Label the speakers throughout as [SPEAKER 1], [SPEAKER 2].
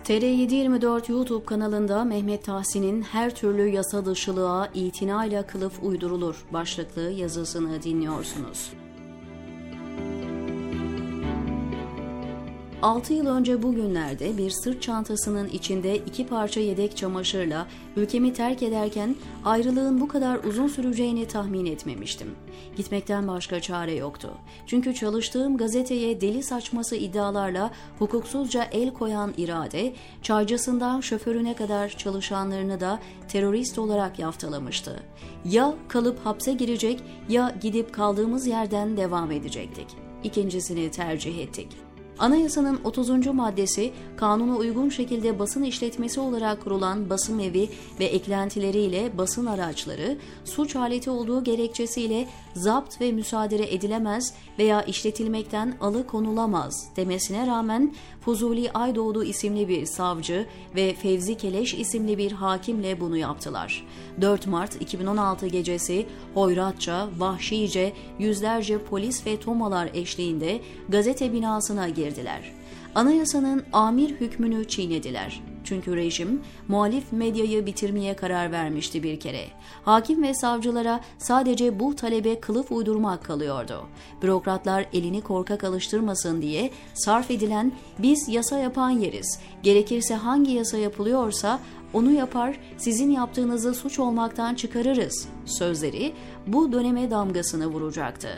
[SPEAKER 1] TR724 YouTube kanalında Mehmet Tahsin'in "Her türlü yasa dışılığa itinayla kılıf uydurulur" başlıklı yazısını dinliyorsunuz. 6 yıl önce bugünlerde bir sırt çantasının içinde 2 parça yedek çamaşırla ülkemi terk ederken ayrılığın bu kadar uzun süreceğini tahmin etmemiştim. Gitmekten başka çare yoktu. Çünkü çalıştığım gazeteye deli saçması iddialarla hukuksuzca el koyan irade, çaycısından şoförüne kadar çalışanlarını da terörist olarak yaftalamıştı. Ya kalıp hapse girecek ya gidip kaldığımız yerden devam edecektik. İkincisini tercih ettik. Anayasanın 30. maddesi, kanuna uygun şekilde basın işletmesi olarak kurulan basım evi ve eklentileriyle basın araçları, suç aleti olduğu gerekçesiyle zapt ve müsaade edilemez veya işletilmekten alıkonulamaz demesine rağmen Fuzuli Aydoğdu isimli bir savcı ve Fevzi Keleş isimli bir hakimle bunu yaptılar. 4 Mart 2016 gecesi hoyratça, vahşice yüzlerce polis ve tomalar eşliğinde gazete binasına girdiler. Anayasanın amir hükmünü çiğnediler. Çünkü rejim muhalif medyayı bitirmeye karar vermişti bir kere. Hakim ve savcılara sadece bu talebe kılıf uydurmak kalıyordu. Bürokratlar elini korkak alıştırmasın diye sarf edilen "biz yasa yapan yeriz, gerekirse hangi yasa yapılıyorsa onu yapar, sizin yaptığınızı suç olmaktan çıkarırız" sözleri bu döneme damgasını vuracaktı.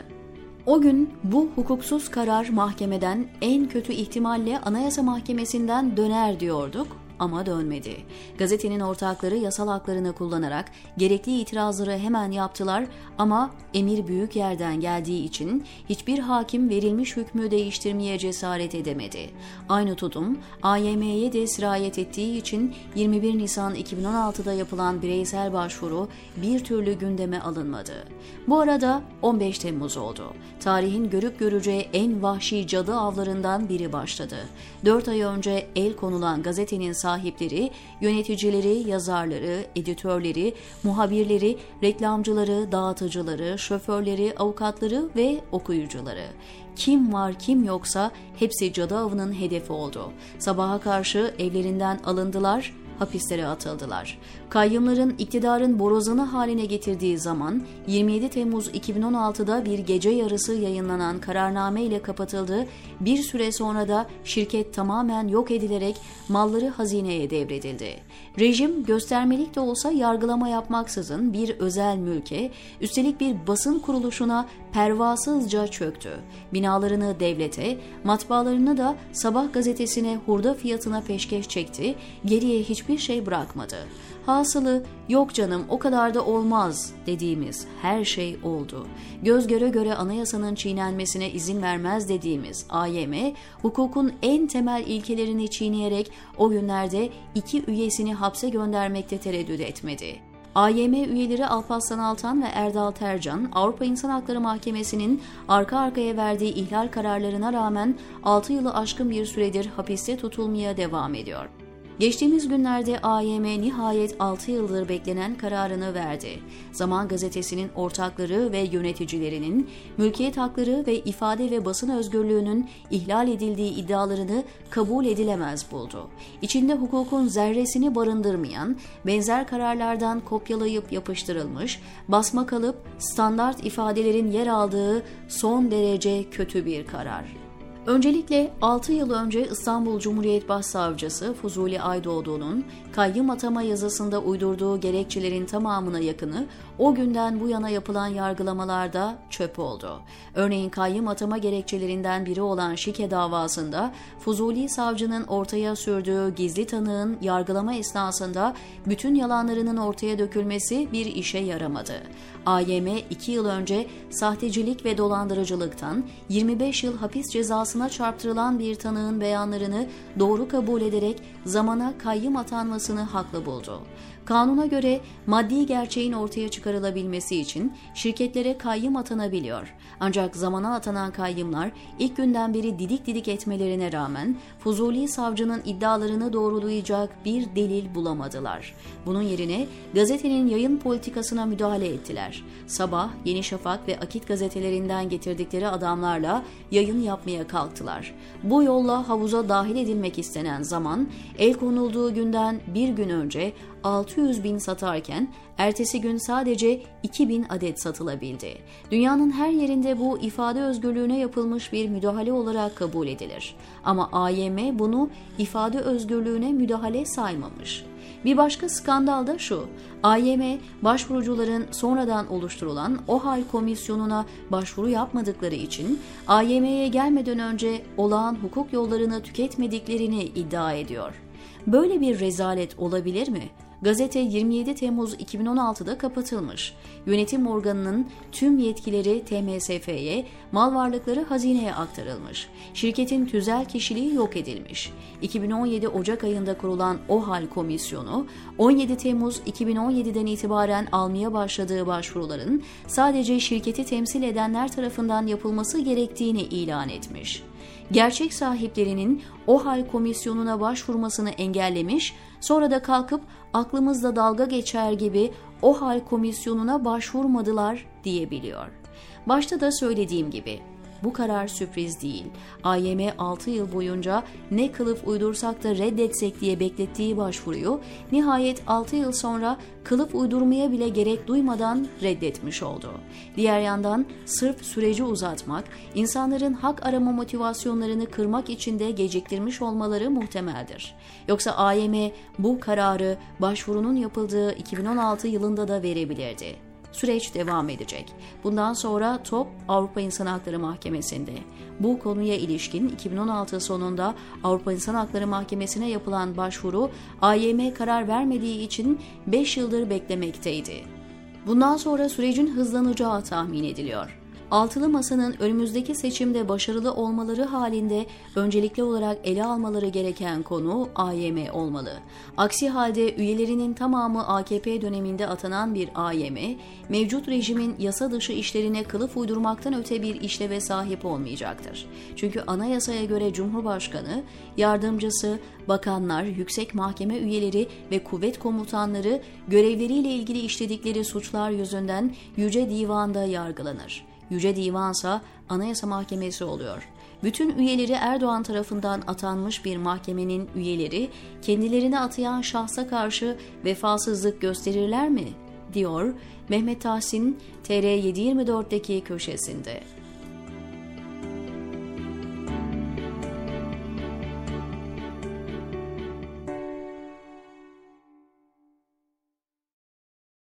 [SPEAKER 1] O gün bu hukuksuz karar mahkemeden, en kötü ihtimalle Anayasa Mahkemesi'nden döner diyorduk ama dönmedi. Gazetenin ortakları yasal haklarını kullanarak gerekli itirazları hemen yaptılar ama emir büyük yerden geldiği için hiçbir hakim verilmiş hükmü değiştirmeye cesaret edemedi. Aynı tutum AYM'ye de sirayet ettiği için 21 Nisan 2016'da yapılan bireysel başvuru bir türlü gündeme alınmadı. Bu arada 15 Temmuz oldu. Tarihin görüp göreceği en vahşi cadı avlarından biri başladı. 4 ay önce el konulan gazetenin sahipleri, yöneticileri, yazarları, editörleri, muhabirleri, reklamcıları, dağıtıcıları, şoförleri, avukatları ve okuyucuları. Kim var kim yoksa hepsi cadı avının hedefi oldu. Sabaha karşı evlerinden alındılar, hapislere atıldılar. Kayyımların iktidarın borazanı haline getirdiği zaman 27 Temmuz 2016'da bir gece yarısı yayınlanan kararname ile kapatıldı. Bir süre sonra da şirket tamamen yok edilerek malları hazineye devredildi. Rejim göstermelik de olsa yargılama yapmaksızın bir özel mülke, üstelik bir basın kuruluşuna pervasızca çöktü. Binalarını devlete, matbaalarını da Sabah gazetesine hurda fiyatına peşkeş çekti, geriye hiçbir şey bırakmadı. Hasılı "yok canım o kadar da olmaz" dediğimiz her şey oldu. Göz göre göre anayasanın çiğnenmesine izin vermez dediğimiz AYM, hukukun en temel ilkelerini çiğneyerek o günlerde 2 üyesini hapse göndermekte tereddüt etmedi. AYM üyeleri Alparslan Altan ve Erdal Tercan, Avrupa İnsan Hakları Mahkemesi'nin arka arkaya verdiği ihlal kararlarına rağmen 6 yılı aşkın bir süredir hapiste tutulmaya devam ediyor. Geçtiğimiz günlerde AYM nihayet 6 yıldır beklenen kararını verdi. Zaman Gazetesi'nin ortakları ve yöneticilerinin mülkiyet hakları ve ifade ve basın özgürlüğünün ihlal edildiği iddialarını kabul edilemez buldu. İçinde hukukun zerresini barındırmayan, benzer kararlardan kopyalayıp yapıştırılmış, basma kalıp standart ifadelerin yer aldığı son derece kötü bir karar. Öncelikle 6 yıl önce İstanbul Cumhuriyet Başsavcısı Fuzuli Aydoğdu'nun kayyım atama yazısında uydurduğu gerekçelerin tamamına yakını o günden bu yana yapılan yargılamalarda çöp oldu. Örneğin kayyım atama gerekçelerinden biri olan şike davasında Fuzuli savcının ortaya sürdüğü gizli tanığın yargılama esnasında bütün yalanlarının ortaya dökülmesi bir işe yaramadı. AYM 2 yıl önce sahtecilik ve dolandırıcılıktan 25 yıl hapis cezasına çarptırılan bir tanığın beyanlarını doğru kabul ederek zamana kayyım atanmasını haklı buldu. Kanuna göre maddi gerçeğin ortaya çıkarılabilmesi için şirketlere kayyım atanabiliyor. Ancak zamana atanan kayyımlar ilk günden beri didik didik etmelerine rağmen Fuzuli savcının iddialarını doğrulayacak bir delil bulamadılar. Bunun yerine gazetenin yayın politikasına müdahale ettiler. Sabah, Yeni Şafak ve Akit gazetelerinden getirdikleri adamlarla yayın yapmaya kalktılar. Bu yolla havuza dahil edilmek istenen Zaman, el konulduğu günden bir gün önce 600 bin satarken ertesi gün sadece 2000 adet satılabildi. Dünyanın her yerinde bu ifade özgürlüğüne yapılmış bir müdahale olarak kabul edilir. Ama AYM bunu ifade özgürlüğüne müdahale saymamış. Bir başka skandal da şu: AYM, başvurucuların sonradan oluşturulan OHAL komisyonuna başvuru yapmadıkları için AYM'ye gelmeden önce olağan hukuk yollarını tüketmediklerini iddia ediyor. Böyle bir rezalet olabilir mi? Gazete 27 Temmuz 2016'da kapatılmış. Yönetim organının tüm yetkileri TMSF'ye, mal varlıkları hazineye aktarılmış. Şirketin tüzel kişiliği yok edilmiş. 2017 Ocak ayında kurulan OHAL komisyonu, 17 Temmuz 2017'den itibaren almaya başladığı başvuruların sadece şirketi temsil edenler tarafından yapılması gerektiğini ilan etmiş. Gerçek sahiplerinin OHAL komisyonuna başvurmasını engellemiş, sonra da kalkıp aklımızda dalga geçer gibi OHAL komisyonuna başvurmadılar diyebiliyor. Başta da söylediğim gibi bu karar sürpriz değil. AYM 6 yıl boyunca ne kılıf uydursak da reddetsek diye beklettiği başvuruyu nihayet 6 yıl sonra kılıf uydurmaya bile gerek duymadan reddetmiş oldu. Diğer yandan sırf süreci uzatmak, insanların hak arama motivasyonlarını kırmak için de geciktirmiş olmaları muhtemeldir. Yoksa AYM bu kararı başvurunun yapıldığı 2016 yılında da verebilirdi. Süreç devam edecek. Bundan sonra top Avrupa İnsan Hakları Mahkemesi'nde. Bu konuya ilişkin 2016 sonunda Avrupa İnsan Hakları Mahkemesi'ne yapılan başvuru AYM karar vermediği için 5 yıldır beklemekteydi. Bundan sonra sürecin hızlanacağı tahmin ediliyor. Altılı Masa'nın önümüzdeki seçimde başarılı olmaları halinde öncelikli olarak ele almaları gereken konu AYM olmalı. Aksi halde üyelerinin tamamı AKP döneminde atanan bir AYM, mevcut rejimin yasa dışı işlerine kılıf uydurmaktan öte bir işleve sahip olmayacaktır. Çünkü anayasaya göre Cumhurbaşkanı, yardımcısı, bakanlar, yüksek mahkeme üyeleri ve kuvvet komutanları görevleriyle ilgili işledikleri suçlar yüzünden Yüce Divan'da yargılanır. Yüce Divansa Anayasa Mahkemesi oluyor. Bütün üyeleri Erdoğan tarafından atanmış bir mahkemenin üyeleri kendilerini atayan şahsa karşı vefasızlık gösterirler mi? Diyor Mehmet Tahsin TR724'deki köşesinde.